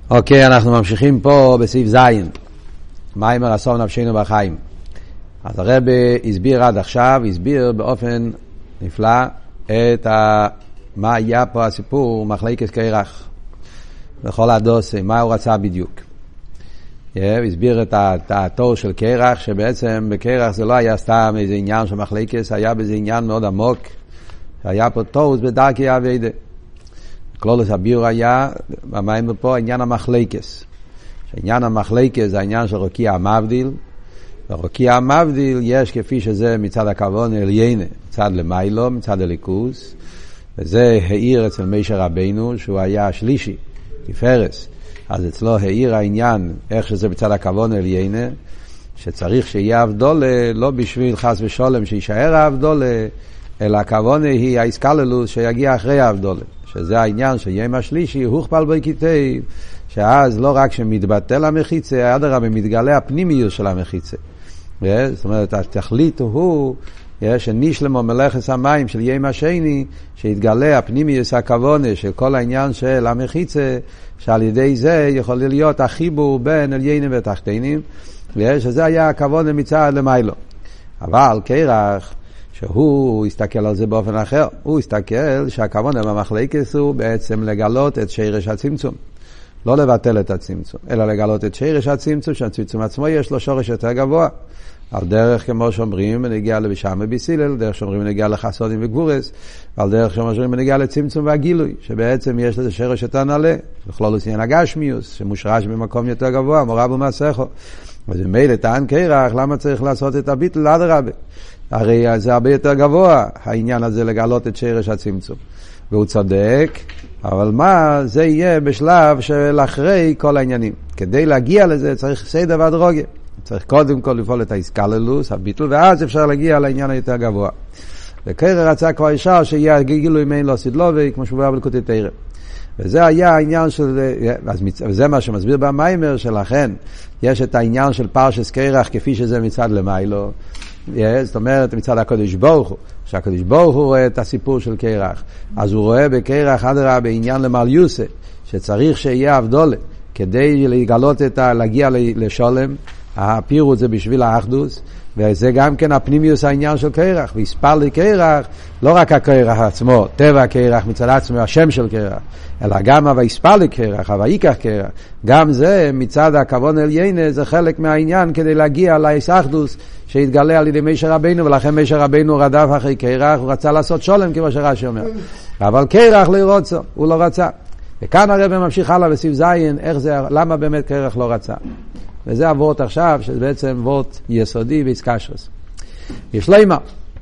אוקיי, אנחנו ממשיכים פה בסעיף זין. מיימר אסון נפשנו בחיים. אז הרב הסביר עד עכשיו, הסביר באופן נפלא מה היה פה הסיפור מחלקת קרח בכל הדוסי, מה הוא רצה בדיוק. הסביר את התור של קרח, שבעצם בקרח זה לא היה סתם איזה עניין של מחלקת, היה בזה עניין מאוד עמוק, היה פה תור בדרכי עבודה. כלולוס הביור היה, במים פה, עניין המחלקס. שעניין המחלקס זה העניין של רוקיע המבדיל. ורוקיע המבדיל יש כפי שזה מצד הכוון עליינה, מצד למיילו, מצד הליכוס. וזה העיר אצל משה רבינו, שהוא היה השלישי, תפארס. אז אצלו העיר העניין, איך שזה מצד הכוון עליינה, שצריך שיהיה הבדולה, לא בשביל חס ושולם שישאר הבדולה, אלא הכוונה היא האיסקללוס שיגיע אחרי ההבדולה. שזה העניין שיום השלישי הוכפל בו כתב, שאז לא רק שמתבטל המחיצה, אדרבה מתגלה הפנימיות של המחיצה. זאת אומרת, התכלית הוא שנשלמו מלאכת המים של יום השני, שהתגלה הפנימיות הכוונה של כל העניין של המחיצה, שעל ידי זה יכול להיות החיבור בין עליינים ותחתינים, שזה היה הכוונה מצד למיילו. אבל קרח, שהוא הסתכל על זה באופן אחר, הוא הסתכל שהכוונה במחלקת הוא בעצם לגלות את שרש הצמצום. לא לבטל את הצמצום, אלא לגלות את שרש הצמצום, שהצמצום עצמו יש לו שורש יותר גבוה. על דרך כמו שאומרים, נגיע לבשם וביסילל, דרך שאומרים נגיע לחסודים וגבורס, ועל דרך שאומרים נגיע לצמצום והגילוי, שבעצם יש לזה שרש יותר נעלה, בכלולוס עניין הגשמיוס, שמושרש במקום יותר גבוה, מורב ומסכו. וזה מילא טען קרח, למה צריך לעשות את הביטל אדרבה? הרי זה הרבה יותר גבוה, העניין הזה לגלות את שרש הצמצום. והוא צודק, אבל מה? זה יהיה בשלב של אחרי כל העניינים. כדי להגיע לזה צריך סדר והדרוגה. צריך קודם כל לפעול את האיסקללוס, הביטול, ואז אפשר להגיע לעניין היותר גבוה. וקרח רצה כבר ישר שיהיה גילוי מעין לא סדלובי, כמו שבועה בלקוטי תרא. וזה היה העניין של, וזה מה שמסביר במיימר, שלכן יש את העניין של פרשס קרח כפי שזה מצד למיילו. זאת אומרת מצד הקדוש ברוך הוא, שהקדוש ברוך הוא רואה את הסיפור של קרח, אז הוא רואה בקרח אדרבה בעניין למעליוסה, שצריך שיהיה הבדולה כדי לגלות להגיע לשולם. הפירוט זה בשביל האחדוס, וזה גם כן הפנימיוס העניין של קרח. והספר לי קרח, לא רק הקרח עצמו, טבע קרח מצד עצמו, השם של קרח, אלא גם והספר לי קרח, ויקח קרח, גם זה מצד הכוון עליינה, זה חלק מהעניין כדי להגיע לאחדוס שהתגלה על ידי משה רבינו, ולכן משה רבינו רדף אחרי קרח, הוא רצה לעשות שולם כמו שרש"י אומר, אבל קרח לא רוצה, הוא לא רצה. וכאן הרב ממשיך הלאה בסעיף זין, איך זה, למה באמת קרח לא רצה. וזה הוורט עכשיו, שזה בעצם וורט יסודי ואיסקשרס. יש לימה,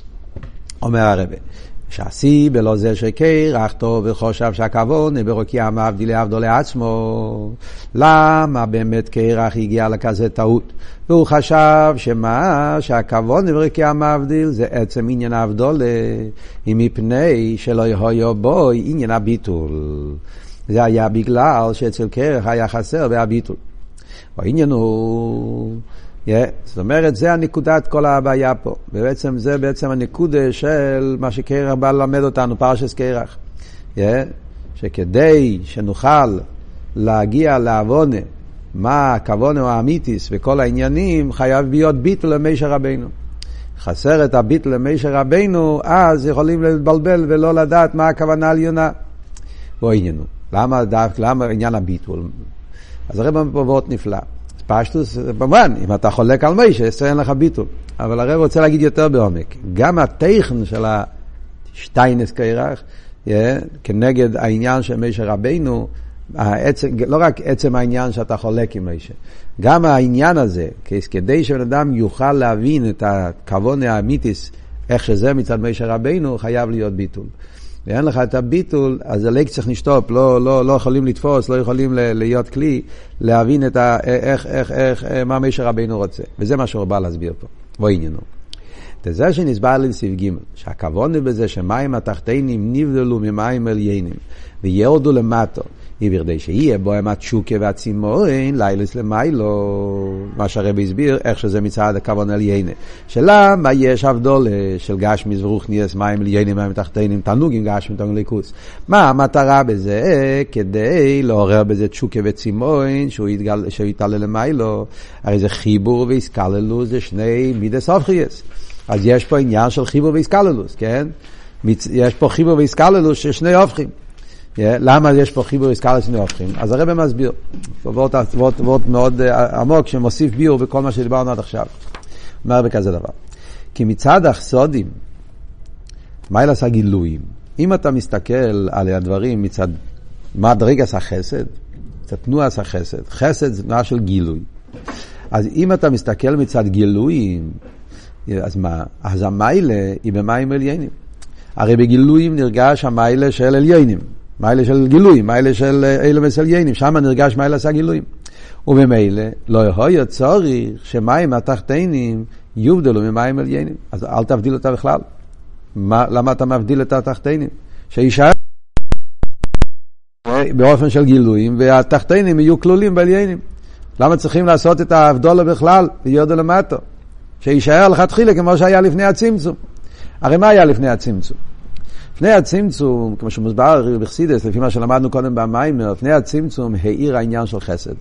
אומר הרב, שעשי בלא זה שקרח טוב וחושב שהכוון ברוקיע המבדיל לעבדו לעצמו. למה באמת קרח הגיע לכזה טעות? והוא חשב שהכוון ברוקיע המבדיל זה עצם עניין הבדולה, אם מפני שלא יהיו בו עניין הביטול. זה היה בגלל שאצל קרח היה חסר והביטול. העניין הוא, זאת אומרת, זה הנקודת כל הבעיה פה. ובעצם זה בעצם הנקודה של מה שקרח בא ללמד אותנו, פרשס קרח. שכדי שנוכל להגיע להבונה, מה הכוונה או האמיתיס וכל העניינים, חייב להיות ביטול למשה רבינו. חסר את הביטול למשה רבינו, אז יכולים לבלבל ולא לדעת מה הכוונה העליונה. העניין הוא, למה עניין הביטול? אז הרב פה וורט נפלא. פשטוס, במובן, אם אתה חולק על משה, אין לך ביטול. אבל הרב רוצה להגיד יותר בעומק. גם הטכן של השטיינס קרח, כנגד העניין של משה רבינו, לא רק עצם העניין שאתה חולק עם משה. גם העניין הזה, כדי שבן אדם יוכל להבין את הכוון האמיתיס, איך שזה מצד משה רבינו, חייב להיות ביטול. ואין לך את הביטול, אז הלג צריך לשטופ, לא יכולים לתפוס, לא יכולים להיות כלי, להבין את מה משה רבינו רוצה. וזה מה שהוא בא להסביר פה. ועניינו. זה שנסבר לי לסעיף ג' שהכוונה בזה שמים התחתינים נבדלו ממים עליינים, וירדו למטו, בכדי שיהיה בו הם התשוקה והצימון, לילס למיילו, מה שהרבי הסביר, איך שזה מצד הכוון עליינה. שלמה יש הבדולה של גשמיס ורוחניאס, מים עליינים, מים תחתינים, תענוגים גשמים, תענוג ליכוס. מה המטרה בזה? כדי לעורר בזה תשוקה וצימון, שהוא יתעלה למיילו. הרי זה חיבור והסקללוס, זה שני מידס הופכיאס. אז יש פה עניין של חיבור והסקללוס, כן? יש פה חיבור והסקללוס של שני הופכים. למה יש פה חיבור והסקללוס שני הופכים? אז הרב מסביר. וורט מאוד עמוק שמוסיף ביור בכל מה שדיברנו עד עכשיו. אומר בכזה דבר. כי מצד החסודים, מה אלא עשה גילויים? אם אתה מסתכל על הדברים מצד מה דרגס החסד, מצד תנועה עשה חסד. חסד זה תנועה של גילוי. אז אם אתה מסתכל מצד גילויים, אז מה? אז המיילה היא במים עליינים. הרי בגילויים נרגש המיילה של עליינים. מיילה של גילויים, מיילה של אילומס עליינים. שם נרגש מיילה עשה גילויים. ובמיילה לא יכול צריך שמים התחתינים יובדלו ממים עליינים. אז אל תבדיל אותה בכלל. למה אתה מבדיל את התחתינים? שישאר באופן של גילויים, והתחתינים יהיו כלולים בעליינים. למה צריכים לעשות את ההבדולה בכלל? ויורדו למטה. שישאר לכתחילה כמו שהיה לפני הצמצום. הרי מה היה לפני הצמצום? לפני הצמצום, כמו שמוסבר בחסידות, לפי מה שלמדנו קודם במיימר, לפני הצמצום העיר העניין של חסד.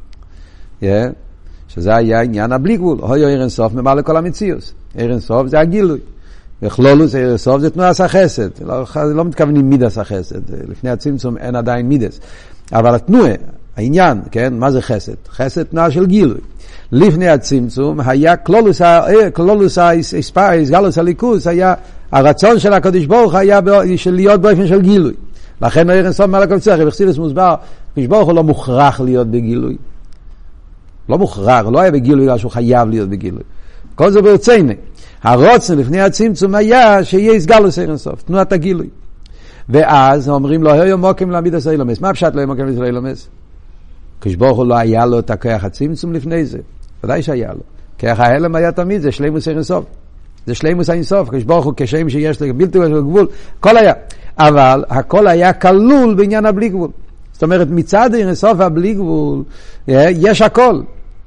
שזה היה עניין הבלי גבול. הויו עיר אינסוף ממלא לכל המציאוס. עיר אינסוף זה הגילוי. וכלולוס עיר אינסוף זה תנועה עשה חסד. לא מתכוונים מידס החסד. לפני הצמצום אין עדיין מידס. אבל התנועה, העניין, כן? מה זה חסד? חסד תנועה של גילוי. לפני הצמצום היה כלולוס גלוס הליכוס, היה הרצון של הקדוש ברוך היה להיות באופן של גילוי. לכן העיר אינסוף מעל הכל צריך, בחסידות מוסבר, הקדוש ברוך הוא לא מוכרח להיות בגילוי. לא מוכרח, לא היה בגילוי, אלא שהוא חייב להיות בגילוי. כל זה ברצינו. הרוצן לפני הצמצום היה שיהיה גלוס העיר אינסוף, תנועת הגילוי. ואז אומרים לו, היו מוקים להעמיד אילומס. מה פשט לא היו מוקים להעמיד אילומס? הקדוש ברוך הוא לא היה לו את הכוח הצמצום לפני זה. ודאי שהיה לו. כוח ההלם היה תמיד, זה שלימוס אינסוף. זה שלימוס אינסוף. הקדוש ברוך הוא כשם שיש לו בלתי גבול, הכל היה. אבל הכל היה כלול בעניין הבלי גבול. זאת אומרת, מצד אינסוף הבלי גבול, יש הכל.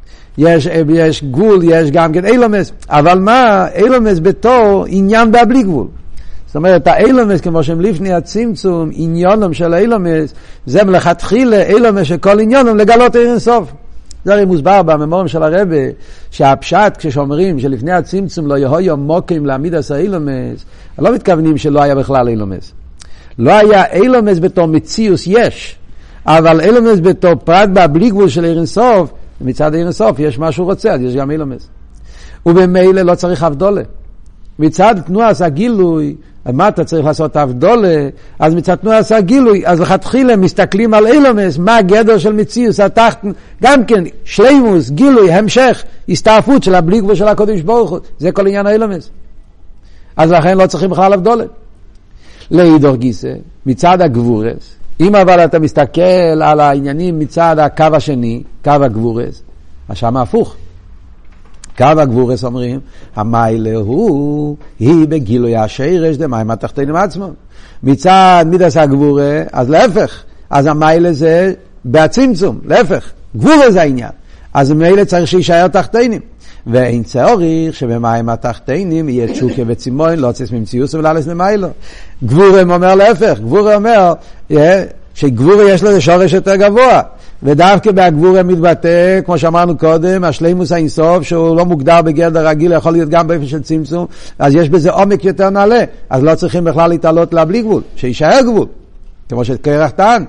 יש גבול, יש גם כן אילומס. אבל מה? אילומס בתור עניין בהבלי גבול. זאת אומרת, האילומס, כמו שהם לפני הצמצום, עניונם של האילומס, זה מלכתחילה אילומס שכל עניונם לגלות עיר אינסוף. זה הרי מוסבר בממורים של הרב, שהפשט כשאומרים שלפני הצמצום לא יהיו מוקים להעמיד עשה אילומס, לא מתכוונים שלא היה בכלל אילומס. לא היה אילומס בתור מציאוס יש, אבל אילומס בתור פרט בלי גבול של עיר אינסוף, מצד עיר אינסוף יש משהו רוצה, אז יש גם אילומס. ובמילא לא צריך הבדולה. מצד תנועה עשה גילוי, מה אתה צריך לעשות הבדולה? אז מצד תנועה עשה גילוי, אז לכתחילה מסתכלים על אילומס, מה הגדר של מציאוס, התחתן, גם כן, שלימוס, גילוי, המשך, הסתעפות של הבלי גבול של הקודש ברוך הוא, זה כל עניין האילומס. אז לכן לא צריכים בכלל הבדולה. להידור גיסא, מצד הגבורס, אם אבל אתה מסתכל על העניינים מצד הקו השני, קו הגבורס, אז שם הפוך. קו הגבורס אומרים, המיילה היא בגילוי השרש דמים התחתינים עצמם. מצד מידס הגבורה, אז להפך. אז המיילה זה בהצמצום, להפך. גבורה זה העניין. אז המיילה צריך שישאר תחתינים. ואין צורך שבמים התחתינים יהיה תשוקה וצימון, לא צריך ממציאוס ולעלס ממיילה. גבורה אומר להפך. גבורה אומר שגבורה יש לו שורש יותר גבוה. ודווקא בהגבורה מתבטא, כמו שאמרנו קודם, השלימוס האינסוף, שהוא לא מוגדר בגדר רגיל, יכול להיות גם באופן של צמצום, אז יש בזה עומק יותר נעלה, אז לא צריכים בכלל להתעלות לה בלי גבול, שישאר גבול, כמו שקרח טען.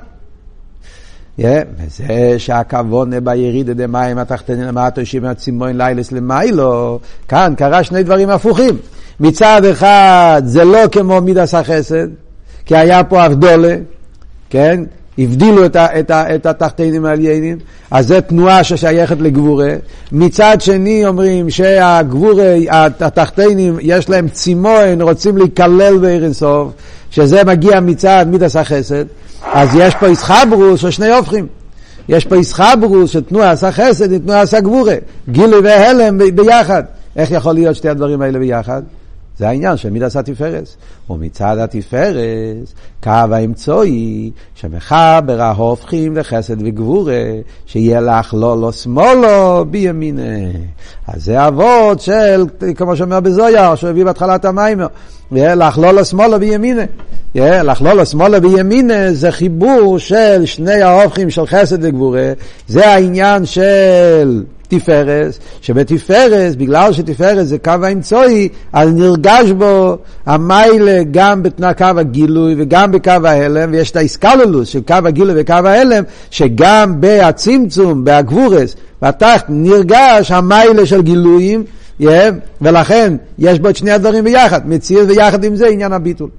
וזה שהכוונה ביריד דמים התחתנים למטה ישיב מהצימון לילס למיילו, כאן קרה שני דברים הפוכים. מצד אחד זה לא כמו מידס החסד, כי היה פה הבדולה, כן? הבדילו את התחתינים העליינים, אז זה תנועה ששייכת לגבורה. מצד שני אומרים שהגבורה, התחתינים יש להם צימון, רוצים להיכלל בעיר אינסוף, שזה מגיע מצד מידס החסד, אז יש פה איסחברוס של שני הופכים. יש פה איסחברוס של תנועה עשה חסד ותנועה עשה גבורה. גילוי והלם ביחד. איך יכול להיות שתי הדברים האלה ביחד? זה העניין של מידס התפארס. ומצד התפארס, קו האמצעי, שמחבר ההופכים לחסד וגבורה, שיהיה לך לא שמאלו בימינה. אז זה אבות של, כמו שאומר בזויה, שהביא בהתחלת המים, לך לא שמאלו בימינה. לך לא שמאלו בימינה, זה חיבור של שני ההופכים של חסד וגבורה, זה העניין של תפארס, שבתפארס, בגלל שתפארס זה קו האמצעי, אז נרגש בו המיילה גם בתנא קו הגילוי וגם בקו ההלם, ויש את האיסקללוס של קו הגילוי וקו ההלם, שגם בהצמצום, בהגבורס, בתחת נרגש המיילה של גילויים, ולכן יש בו את שני הדברים ביחד, מציאות ויחד עם זה עניין הביטול.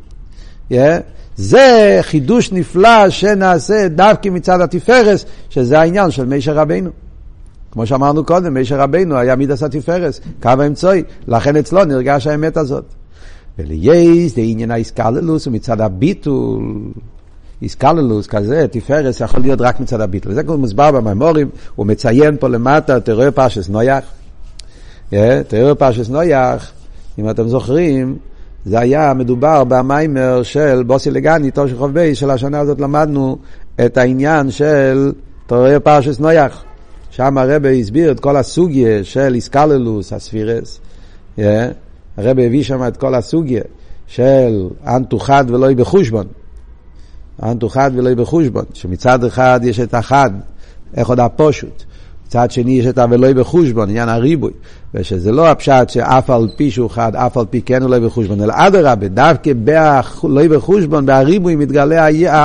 זה חידוש נפלא שנעשה דווקא מצד התפארס, שזה העניין של משה רבינו. כמו שאמרנו קודם, משה רבינו היה מידס התפארס, קו האמצעי, לכן אצלו נרגש האמת הזאת. ולייס, זה עניין האיסקללוס, ומצד הביטול, איסקללוס כזה, תפארס יכול להיות רק מצד הביטול. זה כמו מוסבר במיימורים, הוא מציין פה למטה, תראו פרשס נויח. תראו פרשס נויח, אם אתם זוכרים, זה היה מדובר במיימר של בוסי לגני, תור של חוב בי, של השנה הזאת למדנו את העניין של תראו פרשס נויח. שם הרבי הסביר את כל הסוגיה של איסקללוס, הספירס. הרבי הביא שם את כל הסוגיה של אנטו חד ולא בחושבון. אנטו חד ולא בחושבון. שמצד אחד יש את החד, איך עוד הפושוט. מצד שני יש את הוולא בחושבון, עניין הריבוי. ושזה לא הפשט שאף על פי שהוא חד, אף על פי כן ולא בחושבון. אלא אדרבה, דווקא לא בחושבון, בהריבוי מתגלה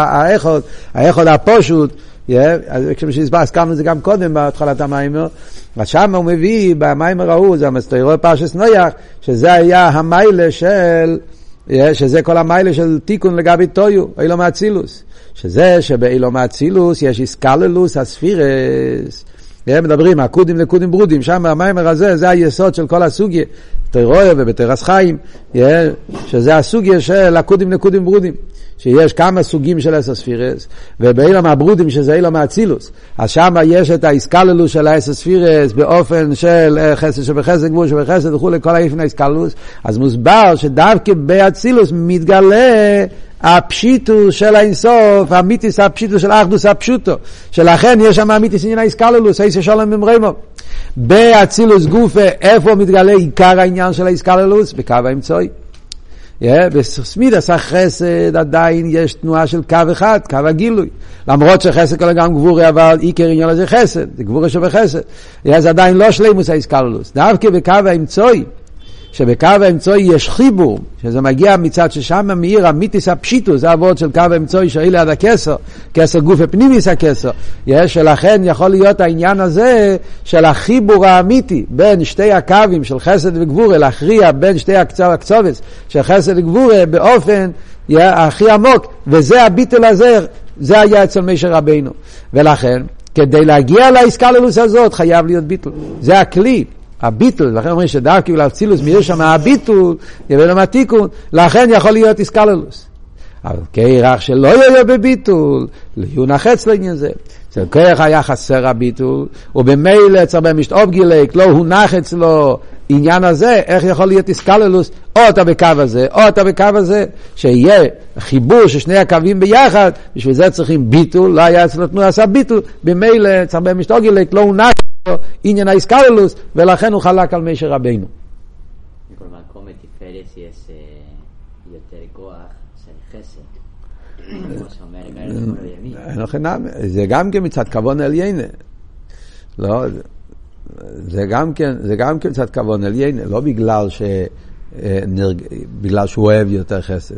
האחד הפושוט, כשהזכרנו את זה גם קודם בהתחלת המיימר, אז שם הוא מביא במיימר ההוא, זה המסתירו פרשס נויח, שזה היה המיילה של, שזה כל המיילה של תיקון לגבי טויו, אילו מאצילוס, שזה שבאילו מאצילוס יש איסקללוס הספירס, מדברים הקודים לקודים ברודים, שם המיימר הזה, זה היסוד של כל הסוגיה, בתורה ובתרס חיים, שזה הסוגיה של הקודים לקודים ברודים, שיש כמה סוגים של עשר ספירס, ובאילם הברודים שזה אילם האצילוס, אז שם יש את האיסקללוס של העשר ספירס, באופן של חסד שבחסד גבול שבחסד וכו' כל האיפן האיסקללוס, אז מוסבר שדווקא באצילוס מתגלה הפשיטוס של האינסוף, המיתיס הפשיטוס של האחדוס הפשוטו, שלכן יש שם המיתיס עניין האיסקללוס, האיס שלום במרימו. באצילוס גופה, איפה מתגלה עיקר העניין של האיסקללוס? בקו האמצעי. בסמידס החסד עדיין יש תנועה של קו אחד, קו הגילוי. למרות שחסד כל גם גבורי, אבל עיקר עניין לזה חסד, זה גבורי שבחסד. אז עדיין לא שלימוס האיסקללוס. דווקא בקו האמצעי, שבקו האמצעי יש חיבור, שזה מגיע מצד ששם מאיר המיתיס הפשיטוס, זה העבוד של קו האמצעי שאלה עד הכסר, כסר גוף הפנימיס הכסר. שלכן יכול להיות העניין הזה של החיבור האמיתי בין שתי הקווים של חסד וגבורה, להכריע בין שתי הקצובץ של חסד וגבורה באופן הכי עמוק, וזה הביטול הזה, זה היה אצל משה רבינו. ולכן, כדי להגיע לאיסקללוס הזאת, חייב להיות ביטול. זה הכלי. הביטול, לכן אומרים שדווקא בגלל צילוס מאיר שם הביטול, יביא למה תיקון, לכן יכול להיות איסקללוס. אבל כירח שלא יהיה בביטול, יונחץ לעניין זה. אצל כירח היה חסר הביטול, ובמילא אצל במשתאוב גילק, לא הונח אצלו עניין הזה, איך יכול להיות איסקללוס, או אתה בקו הזה, או אתה בקו הזה, שיהיה חיבור של שני הקווים ביחד, בשביל זה צריכים ביטול, לא היה אצלו תנועה עשה ביטול, במילא אצל במשתאוב גילק, לא הונח עניין האיסקללוס, ולכן הוא חלק על משה רבינו. בכל מקום בתפארס יש יותר כוח של חסד, כמו שאומר גארס ימין. זה גם כן מצד כוון עליין, לא, זה גם כן מצד כוון עליין, לא בגלל שהוא אוהב יותר חסד,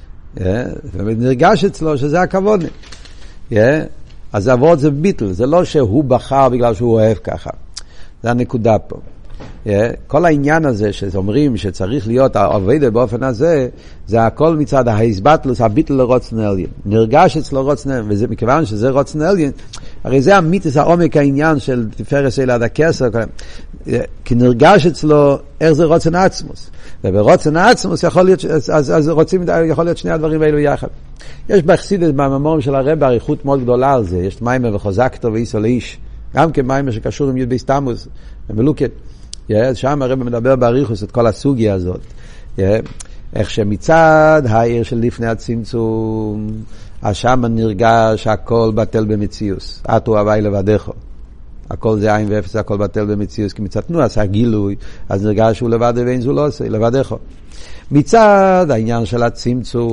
נרגש אצלו שזה הכוון. אז העבוד זה ביטל, זה לא שהוא בחר בגלל שהוא אוהב ככה. זה הנקודה פה. כל העניין הזה שאומרים שצריך להיות העבודה באופן הזה, זה הכל מצד ההסבטלוס, הביטל לרוצן עליין. נרגש אצלו רוצן עליין, וזה מכיוון שזה רוצן עליין, הרי זה המיתוס העומק העניין של תפארס אל עד הכסר, כי נרגש אצלו איך זה רוצן עצמוס. וברוצן עצמוס יכול להיות שני הדברים האלו יחד. יש בחסידות במאמרים של הרב אריכות מאוד גדולה על זה, יש מיימר וחוזקתו ואיסו לאיש, גם כמיימר שקשור עם י' באיסתמוס, במלוקת, שם הרב מדבר באריכות את כל הסוגיה הזאת, איך שמצד העיר של לפני הצמצום, אז שם נרגש הכל בטל במציאוס. אתו הווי לבדך. הכל זה עין ואפס, הכל בטל במציאוס, כי מצד תנועה עשה גילוי, אז נרגש שהוא לבד ואין זו לא עושה, לבדך. מצד העניין של הצמצום,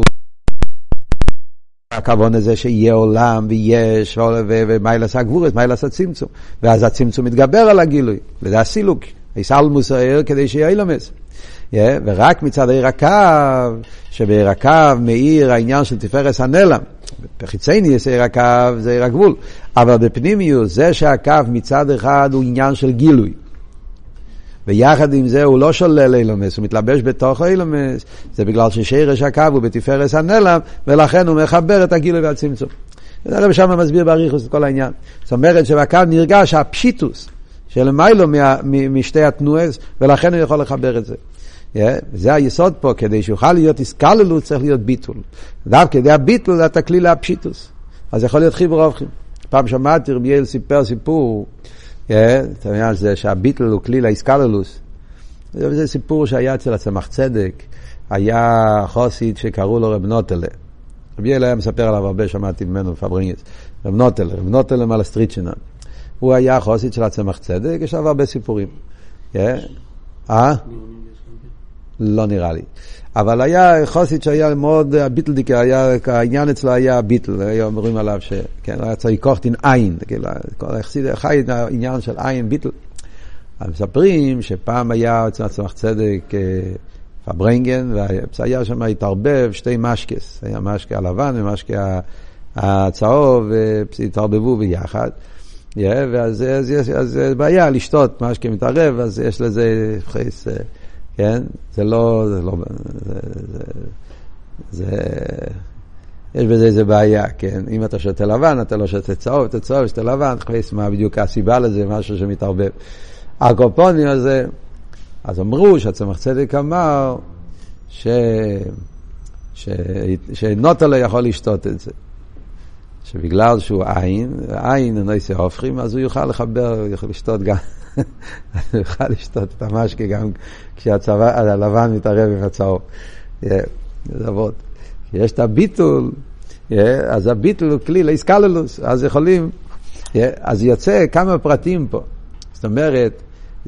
הכוון הזה שיהיה עולם ויש ומיילס הגבורת, מיילס הצמצום, ואז הצמצום מתגבר על הגילוי, וזה הסילוק, יסלמוס העיר כדי שיהיה אילומס. ורק מצד עיר הקו, שבעיר הקו מאיר העניין של תפארת הנעלם, בחיצייני יש עיר הקו, זה עיר הגבול, אבל בפנימיות זה שהקו מצד אחד הוא עניין של גילוי, ויחד עם זה הוא לא שולל אילומס, הוא מתלבש בתוך אילומס, זה בגלל ששרש הקו הוא בתפארת הנעלם, ולכן הוא מחבר את הגילוי והצמצום. זה הרב שם מסביר באריכות את כל העניין. זאת אומרת שבקו נרגש הפשיטוס שלמיילו משתי התנועות, ולכן הוא יכול לחבר את זה. זה היסוד פה, כדי שיוכל להיות הסקללות צריך להיות ביטול. דווקא כדי הביטול זה תקליל הפשיטוס. אז יכול להיות חיבור הופכים. פעם שמעתי רבי יעל סיפר סיפור, אתה יודע זה שהביטל הוא כלי להסקללוס. זה סיפור שהיה אצל הצמח צדק, היה חוסיד שקראו לו רב נוטלה. רבי יעל היה מספר עליו הרבה, שמעתי ממנו בפברינגס. רב נוטלה מלסטריצ'נה. הוא היה חוסיד של הצמח צדק, יש עליו הרבה סיפורים. לא נראה לי. אבל היה חוסיד שהיה מאוד ביטלדיקי, העניין אצלו היה ביטל, היו אומרים עליו היה צריך לקחת עם עין, חי העניין של עין ביטל. אז מספרים שפעם היה אצל הצמח צדק פברנגן, והיה שם התערבב שתי משקס, היה משקה הלבן ומשקה הצהוב, התערבבו ביחד. ואז בעיה לשתות משקה מתערב, אז יש לזה חייס, כן? יש בזה איזה בעיה, כן? אם אתה שותה לבן, אתה לא שותה צהוב, אתה צהוב, שותה לבן, חייס מה בדיוק הסיבה לזה, משהו שמתערבב. הקופונים הזה, אז אמרו שהצמח צדק אמר שנוטלה יכול לשתות את זה. שבגלל שהוא עין נויסי הופכים, אז הוא יוכל לחבר, הוא יכול לשתות גם, הוא יוכל לשתות את המשקה גם כשהלבן מתערב עם הצהוב. זה עבוד. יש את הביטול, אז הביטול הוא כלי להסקללוס, אז יכולים, אז יוצא כמה פרטים פה. זאת אומרת,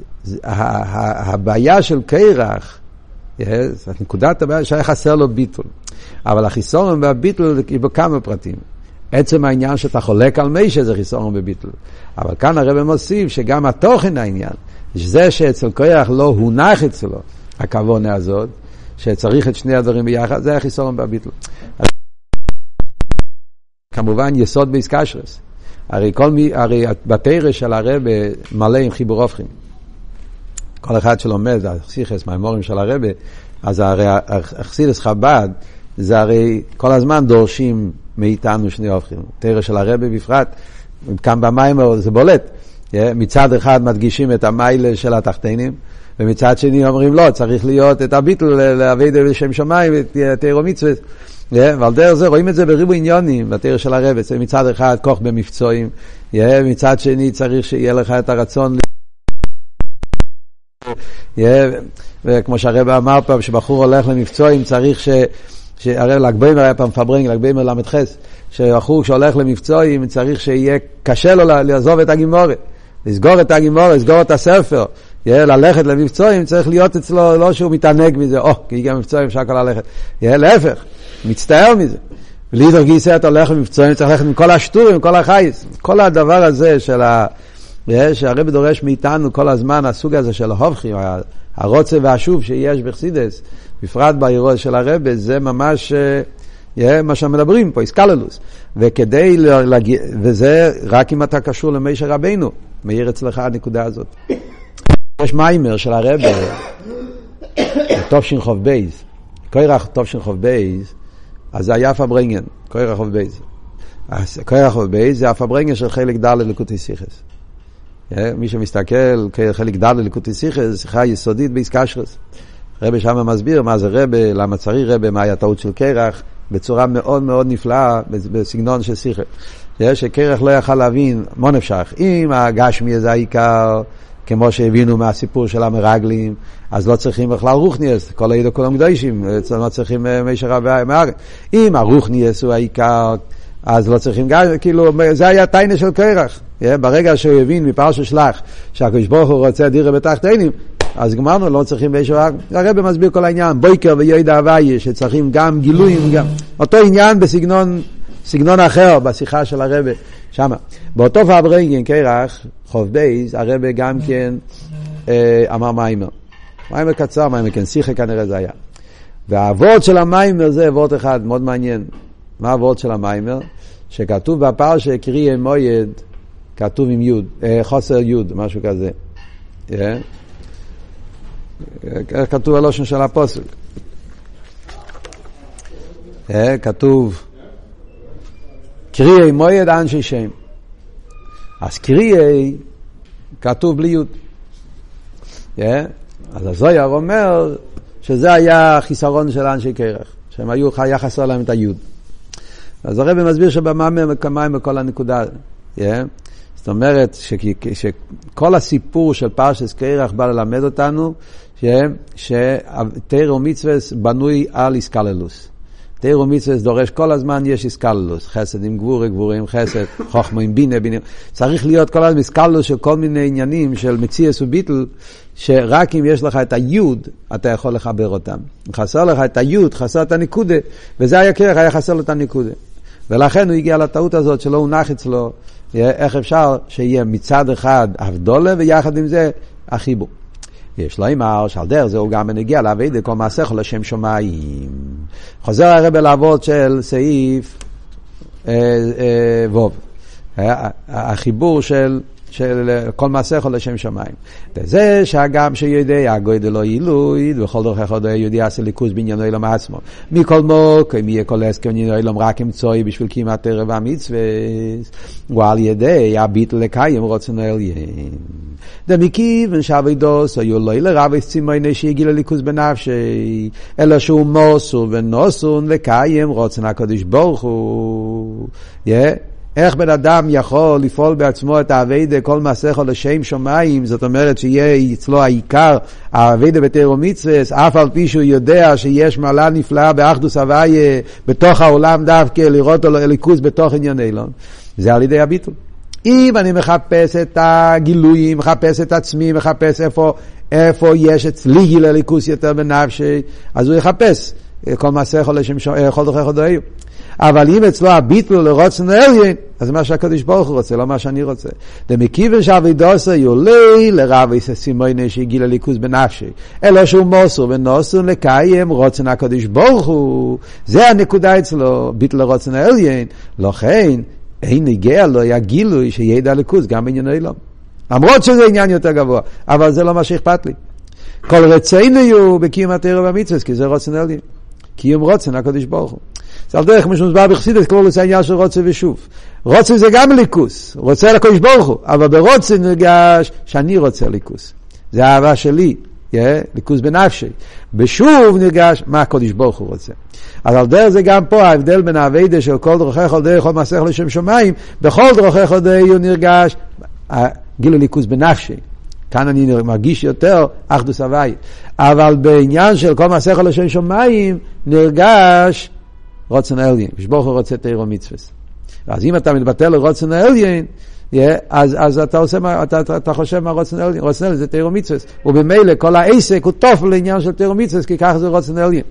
הבעיה של קרח, נקודת הבעיה שהיה חסר לו ביטול. אבל החיסורון והביטול יש בו כמה פרטים. עצם העניין שאתה חולק על מי שזה חיסורון בביטול. אבל כאן הרב מוסיף שגם התוכן העניין, זה שאצל קרח לא הונח אצלו הכוונה הזאת, שצריך את שני הדברים ביחד, זה החיסורון בביטול. כמובן יסוד באיסקשרס. הרי בתורה של הרב מלא עם חיבור הופכים. כל אחד שלומד, הסיכס, מהמורים של הרב, אז הרי החסידס חב"ד, זה הרי כל הזמן דורשים מאיתנו שני הופכים. תורה של הרב בפרט, כאן במיימר זה בולט. מצד אחד מדגישים את המיילה של התחתינים, ומצד שני אומרים לא, צריך להיות את הביטול, לעבוד בשם שמיים, את תורה מצוות. ועל דרך זה רואים את זה בריבוי עניונים, בתורה של הרב, מצד אחד כוח במבצועים, מצד שני צריך שיהיה לך את הרצון, וכמו שהרב אמר פעם, שבחור הולך למבצועים, צריך שהרב לגביימר היה פעם פברנג, לגביימר למתחס, שבחור שהולך למבצועים, צריך שיהיה קשה לו לעזוב את הגימורת, לסגור את הגימורת, לסגור את הספר, ללכת למבצועים, צריך להיות אצלו, לא שהוא מתענג מזה, כי גם מבצועים אפשר כל ללכת, להפך, מצטער מזה. ולידר גיסא אתה הולך למבצועים, צריך ללכת עם כל השטורים, עם כל החייס. כל הדבר הזה שהרב דורש מאיתנו כל הזמן, הסוג הזה של ההופכים, הרוצה והשוב שיש בחסידס, בפרט בעירו של הרב, זה ממש מה שמדברים פה, איסקללוס. וזה רק אם אתה קשור למשה רבינו, מאיר אצלך הנקודה הזאת. יש מיימר של הרב, תופשין חוב בייז, קוירח תופשין חוב בייז, אז זה היה פברנגן, קוירח חוב בייז. קוירח חוב בייז זה הפברנגן של חלק ד' לליקוטי שיחס. מי שמסתכל, חלק ד' לליקוטי שיחס, שיחה יסודית באיסקשרס. רבי שם מסביר מה זה רבי, למה צריך רבי, מה היה טעות של קרח, בצורה מאוד מאוד נפלאה, בסגנון של שיחה. שקרח לא יכל להבין, מה נפשך, אם הגשמי זה העיקר, כמו שהבינו מהסיפור של המרגלים, אז לא צריכים בכלל רוחניאס, כל העידו כולם קדושים, לא צריכים מישר מהארץ. אם הרוחניאס הוא העיקר, אז לא צריכים גם, כאילו, זה היה טיינה של קרח. ברגע שהוא הבין מפרשת שלח, שהקדוש ברוך הוא רוצה דירה בתחתינים, אז גמרנו, לא צריכים מישר. הרב מסביר כל העניין, בויקר ויועד הוויה, שצריכים גם גילויים, גם אותו עניין בסגנון אחר, בשיחה של הרב שמה. באותו פברנגן קרח, חוב בייז, הרב גם כן אמר מיימר. מיימר קצר, מיימר כן, שיחה כנראה זה היה. והעבוד של המיימר זה עבוד אחד, מאוד מעניין. מה העבוד של המיימר? שכתוב בפרשה קריאי מויד, כתוב עם יוד, חוסר יוד, משהו כזה. כתוב הלושן של הפוסק. כתוב קריאי מויד אנשי שם. אז קריאי כתוב בלי יוד. אז הזויר אומר שזה היה החיסרון של אנשי קרח, שהם היה חסר להם את היוד. אז הרב מסביר שבמאמר מקמיים בכל הנקודה. זאת אומרת שכל הסיפור של פרשת קרח בא ללמד אותנו שתורה ומצוות בנוי על איסקללוס. תורה ומצוות דורש כל הזמן יש איסקללוס, חסד עם גבורה, גבורה עם חסד, חוכמה עם בינה, בינה. צריך להיות כל הזמן איסקללוס של כל מיני עניינים של מציאס וביטל, שרק אם יש לך את היוד, אתה יכול לחבר אותם. אם חסר לך את היוד, חסר את הנקודה, וזה היה קרח, היה חסר לו את הנקודה. ולכן הוא הגיע לטעות הזאת שלא הונח אצלו, איך אפשר שיהיה מצד אחד הבדולה, ויחד עם זה החיבור. יש לו אמר שעל דרך זה הוא גם מנגיע לעבוד כל מעשיך לשם שמיים. חוזר הרב לעבוד של סעיף ווב, החיבור של כל מעשיך לשם שמיים. זה שהגם שיודע הגודל לא יילוי, וכל דרך אחד יהודי עשה ליכוז בעניינו אלום עצמו. מכל מוקם יהיה כל הסכם בעניינו אלום רק אמצעי בשביל קימת תורה והמצוות, ועל ידי הביטל לקיים רצון העליון. דמכיוון שעבודתו היו לא לרב צימוני שהגיע לליכוז בנפשי, אלא שהוא מוסר ונוסר לקיים רצון הקדוש ברוך הוא. איך בן אדם יכול לפעול בעצמו את העבודה כל מעשיך לשם שמיים, זאת אומרת שיהיה אצלו העיקר העבודה בתורה ומצוות, אף על פי שהוא יודע שיש מעלה נפלאה באחדוס הוויה בתוך העולם דווקא, לראות ליכוז בתוך ענייננו, זה על ידי הביטול. אם אני מחפש את הגילויים, מחפש את עצמי, מחפש איפה יש אצלי גיל הליכוז יותר בנפשי, אז הוא יחפש כל מעשיך לשם שמיים, כל דרכך הודעיו. אבל אם אצלו הביטול לרצון העליון, אז מה שהקדוש ברוך הוא רוצה, לא מה שאני רוצה. דמכיוון שעבודתו יולי לרב סימוני שהגיע לליכוז בנפשי, אלא שהוא מוסר ונוסר לקיים רצון הקדוש ברוך הוא. זה הנקודה אצלו, ביטול לרצון העליון. לכן אין נגיע לו הגילוי שידע ליכוז גם בעניין העולם. למרות שזה עניין יותר גבוה, אבל זה לא מה שאכפת לי. כל רצינו יהיו בקיום התורה והמצוות, כי זה רצון העליון. קיום רצון הקדוש ברוך הוא. זה על דרך כמו שמוסבר בחסידות, כמו לזה העניין של רוצה ושוב. רוצה זה גם ליכוס, רוצה לקדוש ברוך הוא, אבל ברוצה נרגש שאני רוצה ליכוס. זה האהבה שלי, ליכוס בנפשי. בשוב נרגש מה הקדוש ברוך הוא רוצה. אז על דרך זה גם פה ההבדל בין העבודה של כל דרכך על דרך כל מעשיך לשם שמיים, בכל דרכך על דרך הוא נרגש גילו ליכוס בנפשי. כאן אני מרגיש יותר אחדוס הוויה. אבל בעניין של כל מעשיך לשם שמיים נרגש רצון העליון. כשברוך הוא רוצה תורה ומצוות. אז אם אתה מתבטל לרצון העליון, אז אתה עושה אתה חושב מה רצון העליון. רצון העליון זה תורה ומצוות. ובמילא כל העסק הוא טוב לעניין של תורה ומצוות, כי ככה זה רצון העליון.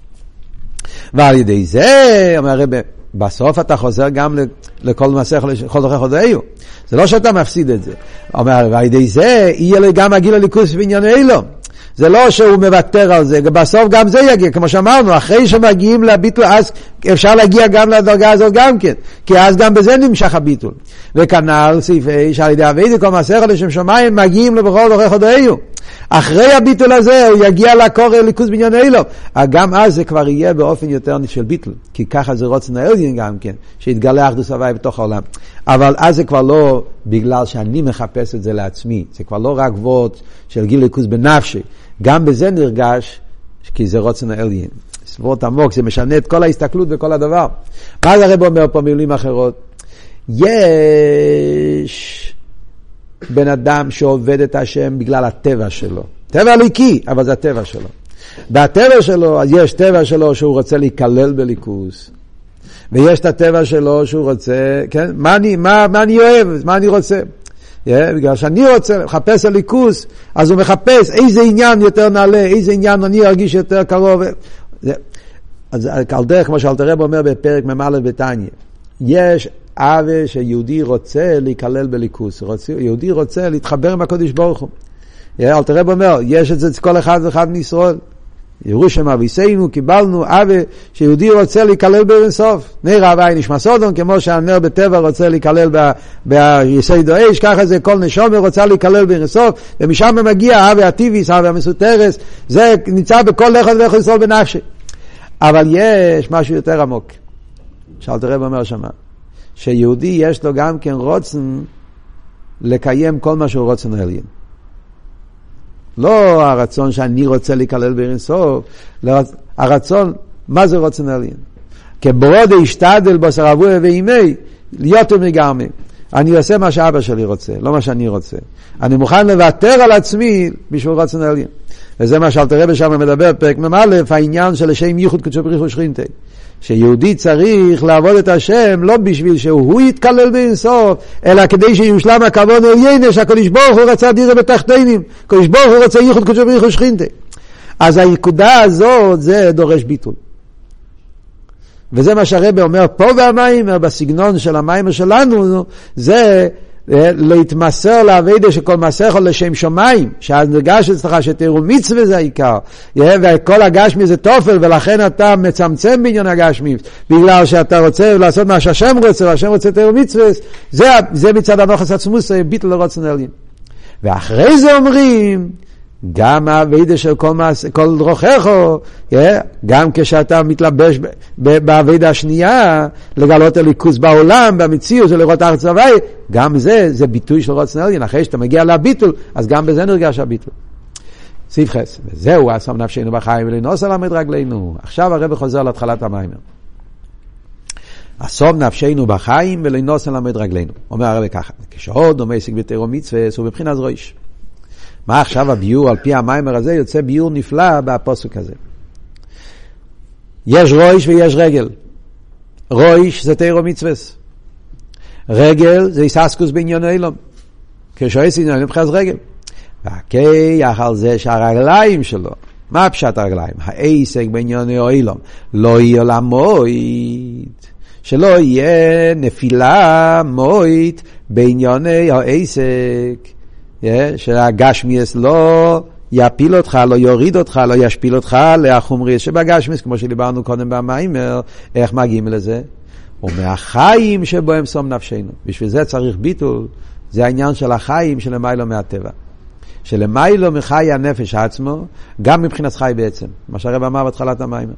ועל ידי זה, אומר הרב, בסוף אתה חוזר גם לכל מעשיך, לכל דרכך הודעיו. זה לא שאתה מפסיד את זה. אומר, ועל ידי זה יהיה לי גם הגיל הליכוז בענייני אלום. זה לא שהוא מוותר על זה, בסוף גם זה יגיע, כמו שאמרנו, אחרי שמגיעים לביטול, אז אפשר להגיע גם לדרגה הזאת גם כן, כי אז גם בזה נמשך הביטול. וכנ"ל סעיפי שעל ידי עבודה כל מעשיך לשם שמיים מגיעים לבכל דרכך הודעיו. אחרי הביטול הזה הוא יגיע לקור ליכוז בענייני אלום. גם אז זה כבר יהיה באופן יותר של ביטול, כי ככה זה רצון העליון גם כן, שיתגלה אחדוס הוויה בתוך העולם. אבל אז זה כבר לא בגלל שאני מחפש את זה לעצמי, זה כבר לא רק וורט של גיל ליכוז בנפשי, גם בזה נרגש כי זה רצון העליון. סבורת עמוק, זה משנה את כל ההסתכלות וכל הדבר. מה הרב אומר פה מילים אחרות? יש בן אדם שעובד את השם בגלל הטבע שלו. טבע ליקי, אבל זה הטבע שלו. והטבע שלו, אז יש טבע שלו שהוא רוצה להיכלל בליכוס. ויש את הטבע שלו שהוא רוצה, כן? מה אני אוהב? מה אני רוצה? בגלל שאני רוצה לחפש הליכוס, אז הוא מחפש איזה עניין יותר נעלה, איזה עניין אני ארגיש יותר קרוב. אז על דרך, כמו שאלתר רב אומר בפרק ממלא בתניא, יש אהבה שיהודי רוצה להיכלל בליכוס, יהודי רוצה להתחבר עם הקדוש ברוך הוא. אלתר רב אומר, יש את זה כל אחד ואחד מישראל. ירושם אביסנו, קיבלנו אהבה שיהודי רוצה להיכלל באינסוף. נר הווי נשמע סודום, כמו שהנר בטבע רוצה להיכלל ביסוד האש, ככה זה כל נשמה רוצה להיכלל באינסוף, ומשם מגיע אהבה הטבעית, אהבה המסותרת, זה נמצא בכל אחד ואחד ישראל בנפשי. אבל יש משהו יותר עמוק, שאלתר רב אומר שמה, שיהודי יש לו גם כן רוצן לקיים כל מה שהוא רוצן העליון. לא הרצון שאני רוצה להיכלל באינסוף, הרצון, מה זה רוצן העליון? כברודה ישתדל בשר אבוה ואימי, להיות מגרמי. אני עושה מה שאבא שלי רוצה, לא מה שאני רוצה. אני מוכן לוותר על עצמי בשביל רוצן העליון. וזה מה שאלתר רב שם מדבר, פרק ממלא, העניין של השם ייחוד קדושו בריך ושכינתה. שיהודי צריך לעבוד את השם לא בשביל שהוא יתכלל באינסוף, אלא כדי שיושלם הכוון העליון שהקדוש ברוך הוא רצה דירה בתחתינים, הקדוש ברוך הוא רוצה ייחוד קדושו בריך ושכינתה. אז הנקודה הזאת זה דורש ביטול. וזה מה שהרב אומר פה במים, בסגנון של המים שלנו, זה להתמסר לעבודה שכל מסך הוא לשם שמיים, שאז נרגש אצלך שתראו מצווה זה העיקר, וכל הגשמי זה תופל, ולכן אתה מצמצם בעניין הגשמי, בגלל שאתה רוצה לעשות מה שהשם רוצה, והשם רוצה תראו מצווה, זה מצד הנוחס עצמוס, ביטל לרוצן העליון. ואחרי זה אומרים, גם העבודה של כל דרוכך, גם כשאתה מתלבש בעבודה השנייה, לגלות הליכוז בעולם, במציאות, לראות הארץ הווי, גם זה ביטוי של רוצן העליון. אחרי שאתה מגיע לביטול, אז גם בזה נרגש הביטול. סעיף חס. וזהו, אסום נפשנו בחיים ולנוס על עמד רגלינו. עכשיו הרב חוזר להתחלת המיימר. אסום נפשנו בחיים ולנוס על עמד רגלינו. אומר הרב ככה, כשעוד דומה עסק בתורה מצווה, הוא בבחינת ראש. מה עכשיו הביור על פי המיימר הזה? יוצא ביור נפלא בפסוק הזה. יש ראש ויש רגל. ראש זה תורה מצווה. רגל זה איססקוס בעניין העולם. כשעושה עניין מבחינת רגל. והכיח על זה שהרגליים שלו, מה פשט הרגליים? העסק בעניין העולם לא יהיה לה מועית, שלא יהיה נפילה מועית בענייני העסק, שהגשמיס לא יפיל אותך, לא יוריד אותך, לא ישפיל אותך להחומריס שבגשמיס, כמו שדיברנו קודם במיימר. איך מגיעים לזה? ומהחיים שבהם שום נפשנו. בשביל זה צריך ביטול. זה העניין של החיים שלמיילו מהטבע, שלמיילו מחי הנפש עצמו, גם מבחינת חי בעצם, מה שהרב אמר בתחילת המיימר.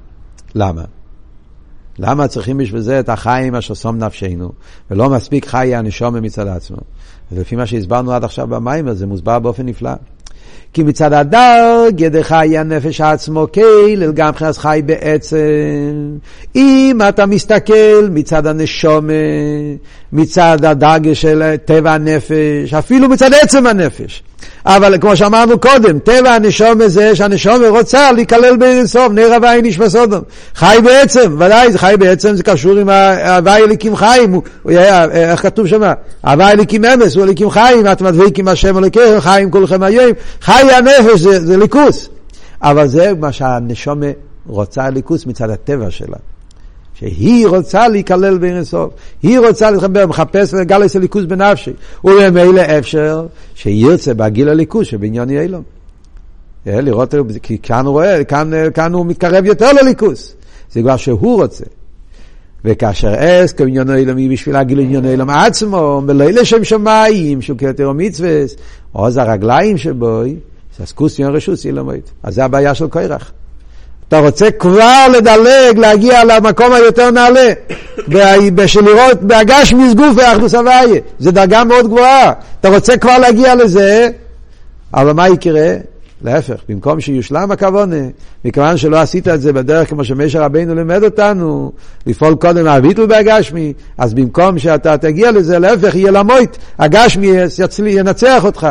למה צריכים בשביל זה את החיים אשר שום נפשנו, ולא מספיק חי הנשום מצד עצמו? ולפי מה שהסברנו עד עכשיו במיימר, זה מוסבר באופן נפלא. כי מצד הדרג ידי חי הנפש עצמו כלל, גם מבחינת חי בעצם. אם אתה מסתכל מצד הנשום, מצד הדרג של טבע הנפש, אפילו מצד עצם הנפש. אבל כמו שאמרנו קודם, טבע הנשום זה שהנשום רוצה להיכלל באינסוף, נר הווי נשמע סודום. חי בעצם, ודאי, זה חי בעצם, זה קשור עם הווי אליקים חיים, איך כתוב שמה? הווי אליקים אמס, הוא אליקים חיים, את מדביקים השם אליקים חיים כולכם היום. חי הנפש זה ליכוס. אבל זה מה שהנשום רוצה ליכוס מצד הטבע שלה. שהיא רוצה להיכלל באינסוף, היא רוצה להתחבר, מחפש לגלס הליכוס בנפשי, ובמילא אפשר שירצה בגיל הליכוס שבעניין אילום. לראות, כי כאן הוא רואה, כאן הוא מתקרב יותר לליכוס, זה כבר שהוא רוצה. וכאשר אס כעניין אילום היא בשביל הגיל עניין אילום עצמו, ולא לשם שמיים, שהוא כתר מצווה, עוז הרגליים שבו, זה סקוס יון רשוס אילומית. אז זה הבעיה של קורח. אתה רוצה כבר לדלג, להגיע למקום היותר נעלה, בשלראות בהגש מסגוף ואחדוס הוויה. זה דרגה מאוד גבוהה. אתה רוצה כבר להגיע לזה, אבל מה יקרה? להפך, במקום שיושלם הכוונה, מכיוון שלא עשית את זה בדרך כמו שמשה רבינו לימד אותנו, לפעול קודם הביטול בהגשמי, אז במקום שאתה תגיע לזה, להפך, יהיה למוית, הגשמי ינצח אותך,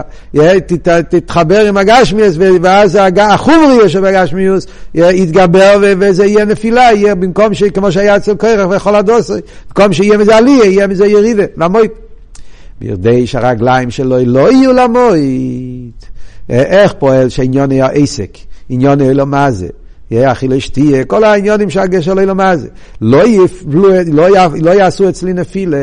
תתחבר עם הגשמיוס, ואז החומרי שבגשמיוס יתגבר, וזה יהיה נפילה, יהיה במקום כמו שהיה אצל קרח וכל הדוסי, במקום שיהיה מזה עלייה, יהיה מזה ירידה, למוית. בירדי שהרגליים שלו לא יהיו למוית. איך פועל שעניון היה עסק, עניון היה לו מה זה, אכילה שתייה, כל העניונים שהגשר לא יהיה לו מה זה, לא יעשו אצלי נפילה.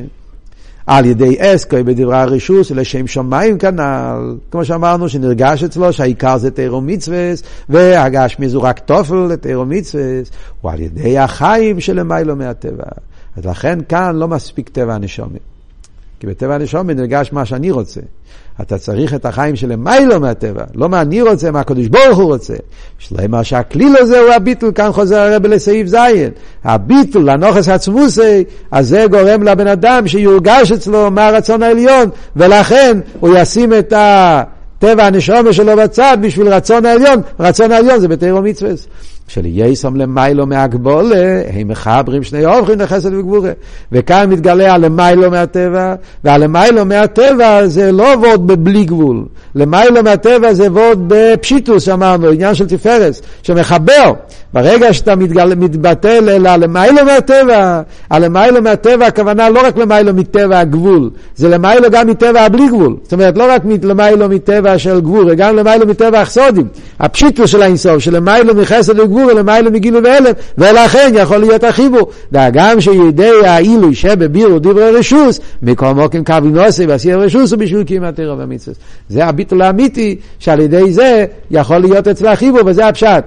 על ידי אסקוי בדברי הרשוס לשם שמיים כנל, כמו שאמרנו שנרגש אצלו שהעיקר זה תירו מצווס, והגשמי זו רק תופל לתירו מצווס, ועל ידי החיים שלמיילו מהטבע. אז לכן כאן לא מספיק טבע הנשומת, כי בטבע הנשומת נרגש מה שאני רוצה. אתה צריך את החיים שלמיילו מהטבע, לא מה אני רוצה, מה הקדוש ברוך הוא רוצה. שלמה שהכליל הזה הוא הביטול, כאן חוזר הרב לסעיף זין. הביטול, הנוחס עצמוסי, אז זה גורם לבן אדם שיורגש אצלו מה הרצון העליון, ולכן הוא ישים את הטבע הנשומת שלו בצד בשביל רצון העליון. רצון העליון זה בתירו מצווס. שליישם למיילו מהגבולה, הם מחברים שני הופכים לחסד וגבורה. וכאן מתגלה על למיילו מהטבע, ועל למיילו מהטבע זה לא עבוד בבלי גבול. למיילו מהטבע זה עבוד בפשיטוס, אמרנו, עניין של תפארס, שמחבר. ברגע שאתה מתבטל אלא למיילו מהטבע, על למיילו מהטבע הכוונה לא רק למיילו מטבע הגבול, זה למיילו גם מטבע הבלי גבול. זאת אומרת, לא רק למיילו מטבע של גבורה, גם למיילו מטבע החסודים. הפשיטוס של האינסוף, של למיילו מחסד וגבורה, למיילו מגילו ואלם, ולכן יכול להיות החיבור. וגם שידי העילוי שבבירו דברי רשוס, מקום מוקים קו נוסי ועשייה רשוס, ובשביל קיום התורה והמצוות. זה הביטול האמיתי, שעל ידי זה יכול להיות אצל החיבור, וזה הפשט.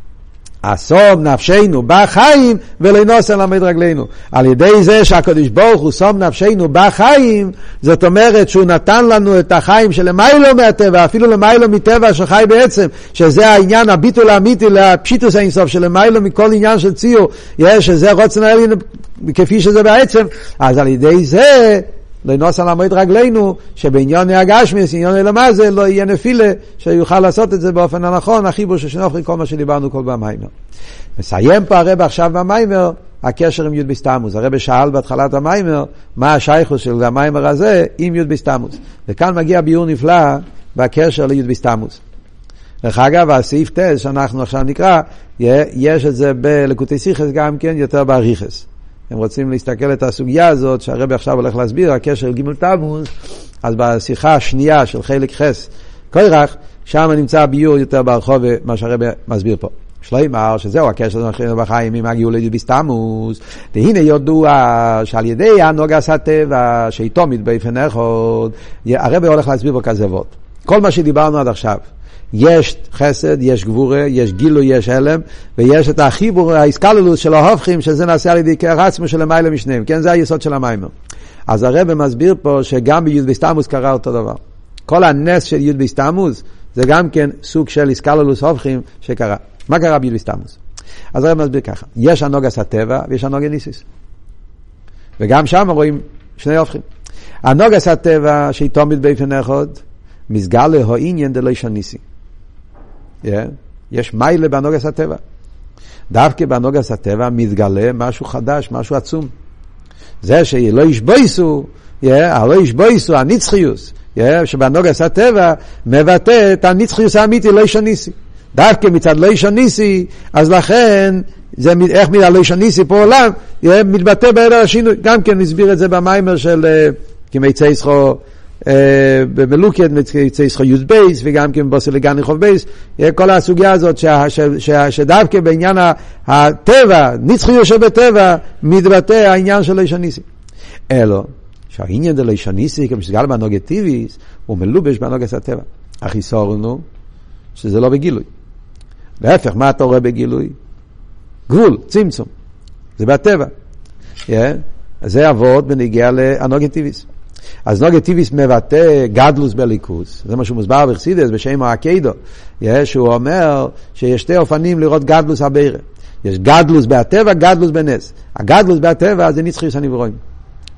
הסום נפשנו בחיים ולנוס על עמד רגלינו. על ידי זה שהקדוש ברוך הוא סום נפשנו בחיים, זאת אומרת שהוא נתן לנו את החיים שלמיילו מהטבע, אפילו למיילו מטבע שחי בעצם, שזה העניין הביטול האמיתי לפשיטוס האינסוף שלמיילו מכל עניין של ציור, שזה רוצן העליון כפי שזה בעצם. אז על ידי זה לנוס על עמד רגלינו, שבעניין הגשמיס, עניין אלמזה, לא יהיה נפילה, שיוכל לעשות את זה באופן הנכון, החיבור ששנוכרי כל מה שדיברנו כל במיימר. מסיים פה הרב עכשיו במיימר, הקשר עם י' בסתמוס. הרב שאל בהתחלת המיימר, מה השייכות של המיימר הזה עם י' בסתמוס. וכאן מגיע ביור נפלא, בקשר לי' בסתמוס. דרך אגב, הסעיף תז שאנחנו עכשיו נקרא, יש את זה בלקוטי שיחס גם כן, יותר באריכס. הם רוצים להסתכל את הסוגיה הזאת שהרב עכשיו הולך להסביר, הקשר ג' תמוז, אז בשיחה השנייה של חלק חס קורח, שם נמצא ביור יותר ברחוב מה שהרב מסביר פה. שלמה, שזהו הקשר שלנו בחיים עם הגיעו לי' בסתמוס, והנה ידוע שעל ידי הנוגס הטבע שאיתו מתבייפן אחד, הרב הולך להסביר פה כזה ווד. כל מה שדיברנו עד עכשיו, יש חסד, יש גבורה, יש גילוי, יש הלם, ויש את החיבור, ההסקללוס של ההופכים, שזה נעשה על ידי כעצמו של המילה משניהם, כן, זה היסוד של המיימר. אז הרב מסביר פה שגם בי' בסתמוס קרה אותו דבר. כל הנס של י' בסתמוס, זה גם כן סוג של הסקללוס הופכים שקרה. מה קרה בי' בסתמוס? אז הרב מסביר ככה, יש הנוגס הטבע ויש הנוגס ניסיס. וגם שם רואים שני הופכים. הנוגס הטבע שאיתו מתבייפן אחד, מסגלה הו עניין דלוי שניסי. יש מיילה בנוגס הטבע. דווקא בנוגס הטבע מתגלה משהו חדש, משהו עצום. זה שלא ישבויסו, לא ישבויסו הנצחיוס, שבנוגס הטבע מבטא את הנצחיוס האמיתי לא ישניסי. דווקא מצד לא ישניסי, אז לכן, זה איך מן הלא ישניסי פה עולם, מתבטא בעדר השינוי. גם כן נסביר את זה במיימר של כמיצי ישחו, במלוקת מצייסחו י' בייס וגם כן בוסלגן רחוב בייס, כל הסוגיה הזאת שדווקא בעניין הטבע, נצחי שבטבע, מתבטא העניין של לישניסי. אלו, שהעניין של לישניסי, כמשגל בנוגטיביס, הוא מלובש בנוגס הטבע. החיסורנו, שזה לא בגילוי. להפך, מה אתה רואה בגילוי? גבול, צמצום. זה בטבע. זה עבוד בנגיע לנוגטיביס. אז נוגטיביס מבטא גדלוס בליכוס, זה מה שהוא מוסבר בחסידות בשם האקיידו, שהוא אומר שיש שתי אופנים לראות גדלוס הבירה. יש גדלוס בהטבע, גדלוס בנס. הגדלוס בהטבע זה נצחיוס הנברואים.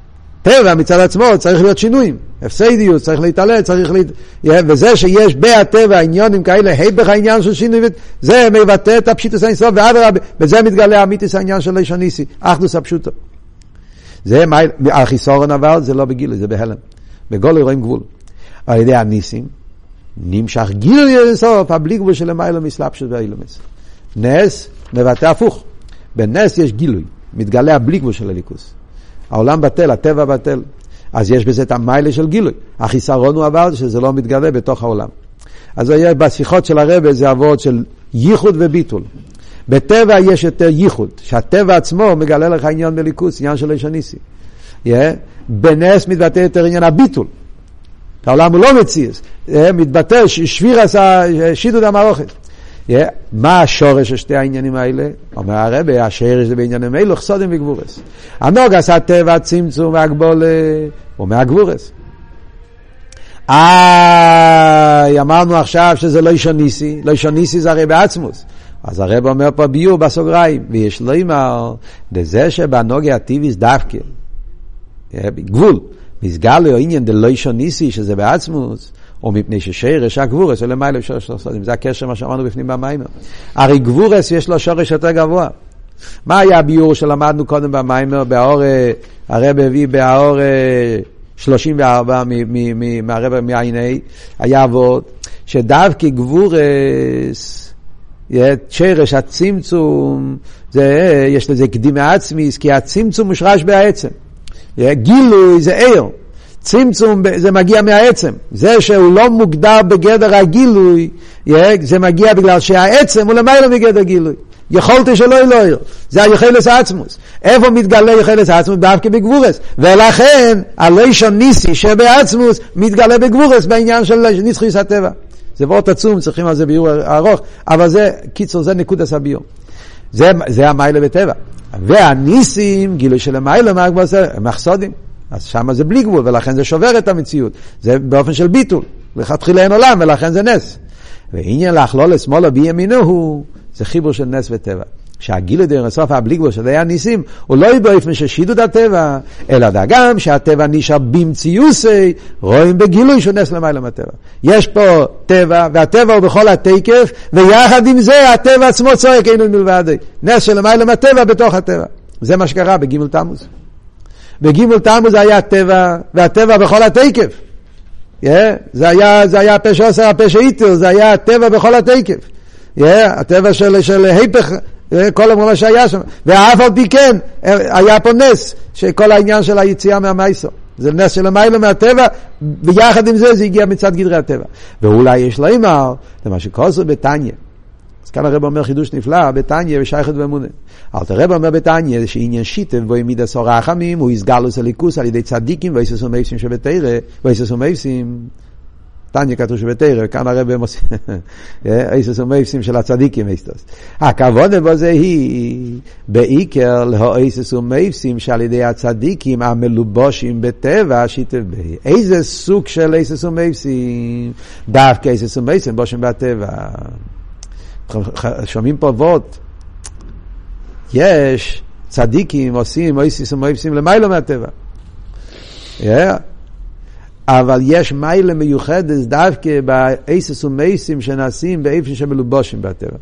הטבע מצד עצמו צריך להיות שינויים, הפסדיות, צריך להתעלל, וזה שיש בהטבע עניונים כאלה, היפך העניין של שינוי, זה מבטא את הפשיטוס האינסוף, ואדרבה, בזה מתגלה אמיתיס העניין של לישון ניסי, אחדוס הפשוטו. זה החיסורון אבל, זה לא בגילוי, זה בהלם. בגולוי רואים גבול. על ידי הניסים, נמשך גילוי אינסוף, הבלי גבול של המיילו מסלפשות והאילומס. נס מבטא הפוך. בנס יש גילוי, מתגלה הבלי גבול של הליכוס. העולם בטל, הטבע בטל. אז יש בזה את המיילה של גילוי. החיסרון הוא אבל שזה לא מתגלה בתוך העולם. אז בשיחות של הרב זה עבוד של ייחוד וביטול. בטבע יש יותר ייחוד, שהטבע עצמו מגלה לך עניין בליכוס, עניין של לישון ניסי. בנס מתבטא יותר עניין הביטול. העולם הוא לא מציאס. מתבטא שבירס שידוד המערכת. מה השורש של שתי העניינים האלה? אומר הרב, השורש זה בעניינים האלה, חסודים וגבורס. הנוג עשה טבע, צמצום והגבול, אומר הגבורס. אמרנו עכשיו שזה לא ישוניסי, לא ישוניסי זה הרי בעצמוס. אז הרב אומר פה ביור בסוגריים, ויש לו אמר, לזה שבנוגע הטיביס דווקא, גבול, מסגל לו עניין דלא ישוניסי שזה בעצמוס, או מפני ששרש הגבורס, או למעלה בשורש חסודים. זה הקשר מה שאמרנו בפנים במיימר. הרי גבורס יש לו שורש יותר גבוה. מה היה הביור שלמדנו קודם במיימר, באור, הרב הביא באור 34 מהרב מעייני, היה עבוד, שדווקא גבורס, שרש הצמצום, יש לזה קדימה עצמי, כי הצמצום מושרש בעצם. גילוי זה עיר. צמצום זה מגיע מהעצם. זה שהוא לא מוגדר בגדר הגילוי, זה מגיע בגלל שהעצם הוא למעלה מגדר גילוי. יכולתי שלא אלוהיר. זה היכולת העצמוס. איפה מתגלה יכולת העצמוס? דווקא בגבורס. ולכן הלישון ניסי שבעצמוס מתגלה בגבורס בעניין של ניסחיס הטבע. זה וורט עצום, צריכים על זה ביור ארוך, אבל זה, קיצור, זה נקודת הביור. זה המיילה בטבע. והניסים, גילוי של המיילה, הם מחסודים. אז שם זה בלי גבול, ולכן זה שובר את המציאות. זה באופן של ביטול. לכתחילה אין עולם, ולכן זה נס. ועניין להכלול לשמאלה בימינו, זה חיבור של נס וטבע. שהגילוי דרך הסוף הבלי גבול של הניסים, הוא לא באופן של שידוד הטבע, אלא גם שהטבע נשאר במציאוסי, רואים בגילוי שהוא נס למעלה מהטבע. יש פה טבע, והטבע הוא בכל התקף, ויחד עם זה הטבע עצמו צועק אינו מלבדי. נס של למעלה מהטבע בתוך הטבע. זה מה שקרה בגימול תמוז. בגימול תמוז היה הטבע, והטבע בכל התקף. זה היה פשע עשר, הפשע איתר, זה היה הטבע בכל התקף. הטבע של היפך, כל מה שהיה שם. ואף על פי כן, היה פה נס, שכל העניין של היציאה מהמייסו. זה נס של המיילה מהטבע, ויחד עם זה הגיע מצד גדרי הטבע. ואולי יש לו אמר, למה שכוסו בתניה. אז כאן הרב אומר חידוש נפלא, בתניה ושייכת ואמונה. הרב אומר בתניה, שעניין שיטב בו ימיד עשור רחמים, הוא יסגלוס הליכוס על ידי צדיקים, ויססו מייסים שבתירה, ויססו מייסים, תניה כתוב שבתירה, כאן הרב מוסיף, ויססו מייסים של הצדיקים, הכוונה בו זה היא, בעיקר להויססו מייסים שעל ידי הצדיקים המלובושים בטבע, שיטב בי. איזה סוג של ויססו מייסים? דווקא ויססו מייסים בושים בטבע. שומעים פה וות, יש צדיקים עושים מויסים למיילו מהטבע, אבל יש מיילה מיוחדת דווקא באיסס ומייסים שנעשים באיפן שמלובושים בטבע.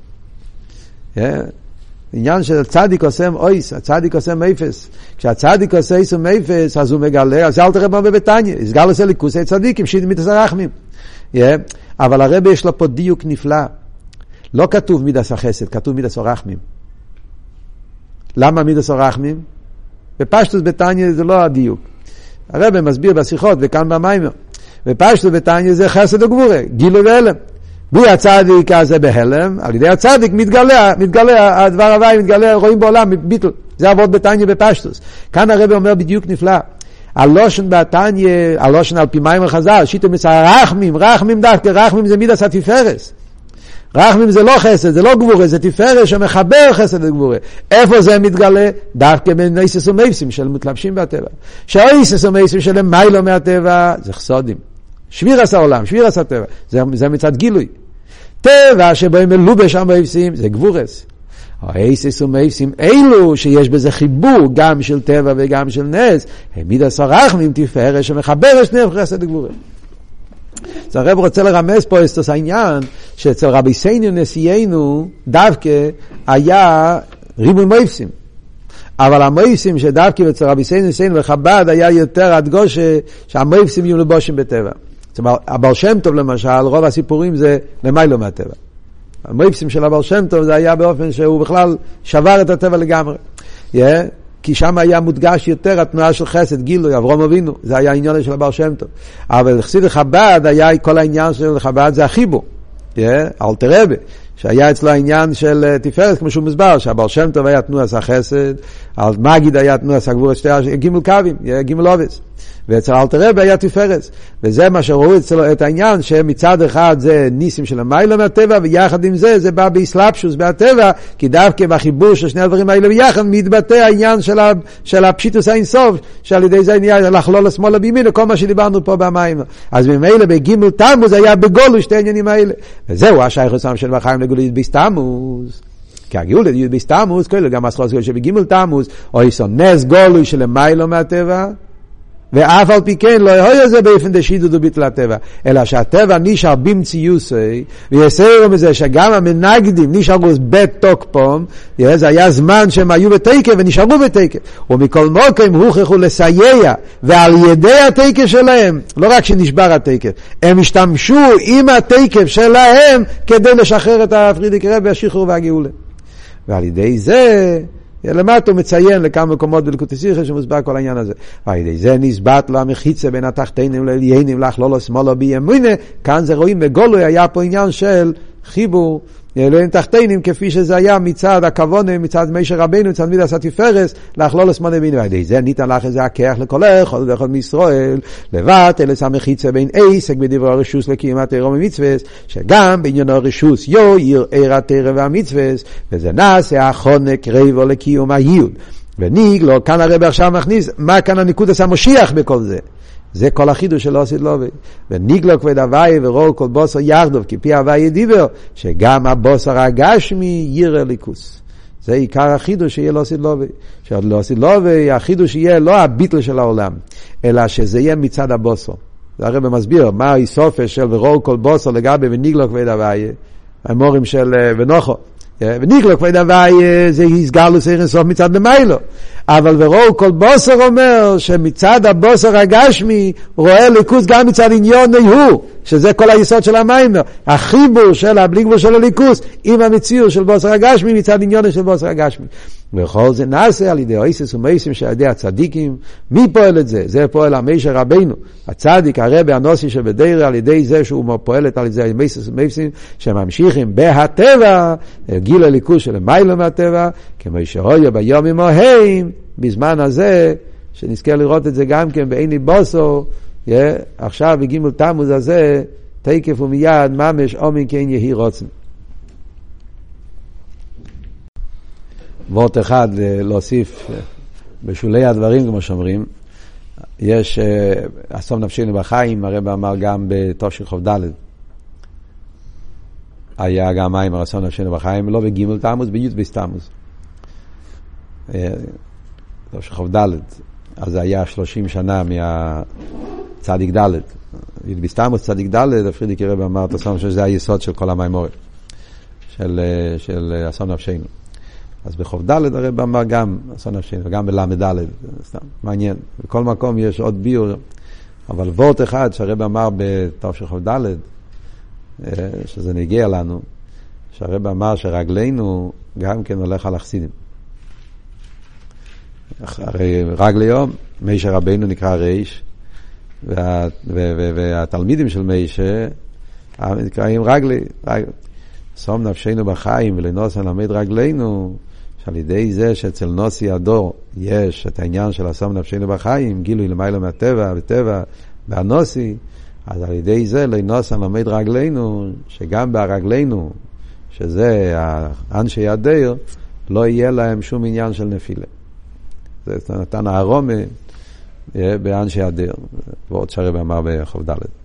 עניין של צדיק עושים אויס, הצדיק עושים אפס. כשהצדיק עושה איס ומאפס, אז הוא מגלה, אז אל תראה מה בבטניה, יסגל עושה ליכוסי צדיקים, שיד מידס הרחמים. אבל הרב יש לו פה דיוק נפלא. לא כתוב מידס החסד, כתוב מידס הרחמים. למה מידס הרחמים? בפשטוס בטניה זה לא הדיוק. הרב מסביר בשיחות וכאן במיימר. בפשטוס בטניה זה חסד וגבורה, גילוי והלם. בלי הצדיק הזה בהלם, על ידי הצדיק מתגלה הדבר הוואי, מתגלה, רואים בעולם, ביטל. זה עבוד בטניה בפשטוס. כאן הרב אומר בדיוק נפלא. הלושן בטניה, הלושן על פי מיימר חז"ל, שיטה מצא רחמים דווקא, רחמים זה מידס התפארס. רחמים זה לא חסד, זה לא גבורה, זה תפארת שמחבר חסד וגבורה. איפה זה מתגלה? דווקא בין איסס ומייסים של מתלבשים בטבע. שהאיסס ומייסים שלהם מיילו מהטבע, זה חסודים. שבירס העולם, שבירס הטבע. זה מצד גילוי. טבע שבהם מלובש המייסים, זה גבורס. האיסס ומאיסים אלו שיש בזה חיבור גם של טבע וגם של נס, הם מידס הרחמים תפארת שמחבר שניהם חסד וגבורה. אז הרב רוצה לרמז פה את העניין שאצל רבי סיינו נשיאנו דווקא היה ריבוי מויפסים, אבל המויפסים שדווקא אצל רבי סיינו נשיאנו וחב"ד היה יותר הדגוש שהמויפסים יהיו לבושים בטבע. זאת אומרת, הבעל שם טוב למשל, רוב הסיפורים זה למיילו מהטבע. המויפסים של הבעל שם טוב זה היה באופן שהוא בכלל שבר את הטבע לגמרי. כי שם היה מודגש יותר התנועה של חסד, גילוי, אברהם אבינו, זה היה העניין של הבעל שם טוב. אבל חסיד חב"ד היה כל העניין של חב"ד זה החיבור. אלתר רבי, שהיה אצלו העניין של תפארת, כמו שהוא מסבר, שהבעל שם טוב היה תנועה של חסד, על מגיד היה תנועה של גבורה שתי גימל קווים, גימל אובס. ואצל אלתר רבי היה תפארת. וזה מה שראו אצלו את העניין, שמצד אחד זה ניסים של המיילו מהטבע, ויחד עם זה, זה בא באסלאפשוס מהטבע, כי דווקא בחיבור של שני הדברים האלה ביחד, מתבטא העניין של הפשיטוס האינסוף, שעל ידי זה נהיה לחלול לשמאל בימין, כל מה שדיברנו פה במים. אז ממילא בגימל תמוז היה בגולו שתי העניינים האלה. וזהו, השייך שם של בחיים לגולי ביסתמוז. כי הגאולה י' ביסתמוז, כאילו גם הסחוס גאולה שבגימל תמוז, או איסו נס גולוי של המיילו מהטבע, ואף על פי כן לא יהיה זה באופן דשידוד וביטול הטבע, אלא שהטבע נשאר במציאוסי, ויסיירו מזה שגם המנגדים נשארו בתוקפם, זה היה זמן שהם היו בתקף ונשארו בתקף, ומכל מוקם הוכחו לסייע, ועל ידי התקף שלהם, לא רק שנשבר התקף, הם השתמשו עם התקף שלהם כדי לשחרר את הפרידיק רבי השחרור והגאולה. ועל ידי זה למטה הוא מציין לכמה מקומות בליקוטי שיחה שמוסבר כל העניין הזה. ועל ידי זה נסבט לו המחיצה בין התחתינים לעליינים לכלולו שמאלו בימינה. כאן זה רואים בגולוי היה פה עניין של חיבור לעליינים תחתינים כפי שזה היה מצד הכוונה, מצד משה רבינו, מצד מידס התפארת לכלולו שמאלו בימינה. ועל ידי זה ניתן לך איזה הכח לכל אחד ואחד מישראל לבט אלס המחיצה בין עסק בדברי הרשוס לקיום התורה ומצוות, שגם בעניין הרשוס יאיר עיר התורה והמצוות, וזה נעשה החונק רבו לקיום הייעוד. וניגלו, כאן הרב עכשיו מכניס מה כאן הנקודס המשיח בכל זה. זה כל החידוש שלא עשית לו. וניגלו כבד הוואי ורול כל בוסר יחדוב כפי הוואי דיבר, שגם הבוסר הגשמי ירא ליכוס. זה עיקר החידוש שיהיה לא עשית לו. שעוד לא עשית לו, החידוש יהיה לא הביטל של העולם, אלא שזה יהיה מצד הבוסר. זה הרב מסביר מה הסופה של ורול כל בוסר לגבי וניגלו כבד הוואי, המורים של ונוחו. וניקלו כבד הוואי זה הסגלו סיירן סוף מצד למיילו, אבל ורואו כל בוסר אומר שמצד הבוסר הגשמי רואה ליכוס גם מצד עניון הוא, שזה כל היסוד של המים, החיבור של הבלי של הליכוס עם המציאות של בוסר הגשמי מצד עניון של בוסר הגשמי. וכל זה נעשה על ידי אויסס ומאיסים שעל ידי הצדיקים. מי פועל את זה? זה פועל המשה רבינו, הצדיק הרבי הנוסי שבדיר, על ידי זה שהוא פועלת על ידי אויסס ומאיסים שממשיכים בהטבע גיל הליכוס של מיילו מהטבע, כמו שרויה ביום עמהם בזמן הזה, שנזכה לראות את זה גם כן בעיני בוסו. עכשיו בגימל תמוז הזה תקף ומיד ממש אומן כן יהי רוצן. וורט אחד להוסיף בשולי הדברים, כמו שאומרים, יש אסון נפשנו בחיים, הרב אמר גם בתושי חוב ד' היה גם מים אסון נפשנו בחיים, לא בגימל תמוז, בי"ת בסתמוז תושי חוב ד', אז זה היה 30 שנה מהצדיק ד', בי"ת בסתמוז צדיק ד', הפרידיק הרב אמר את אסון שזה היסוד של כל המימורת של אסון נפשנו. אז בחוב ד' הרב אמר גם אסון נפשנו, וגם בלמד ד', סתם, מעניין. בכל מקום יש עוד ביור, אבל וורט אחד שהרב אמר בתוף של חוב ד', שזה נגיע לנו, שהרב אמר שרגלינו גם כן הולך על החסידים. הרי רגלי יום, משה רבינו נקרא ריש, והתלמידים של משה נקראים רגלי. שום נפשנו בחיים ולנוס ללמד רגלינו, שעל ידי זה שאצל נוסי הדור יש את העניין של השום נפשנו בחיים, גילוי למיילו מהטבע וטבע והנוסי, אז על ידי זה לנוס ללמד רגלינו, שגם ברגלינו, שזה האנשי הדיר, לא יהיה להם שום עניין של נפילה. זה נתן הארומה באנשי הדיר, ועוד שהרב אמר בחוב ד'.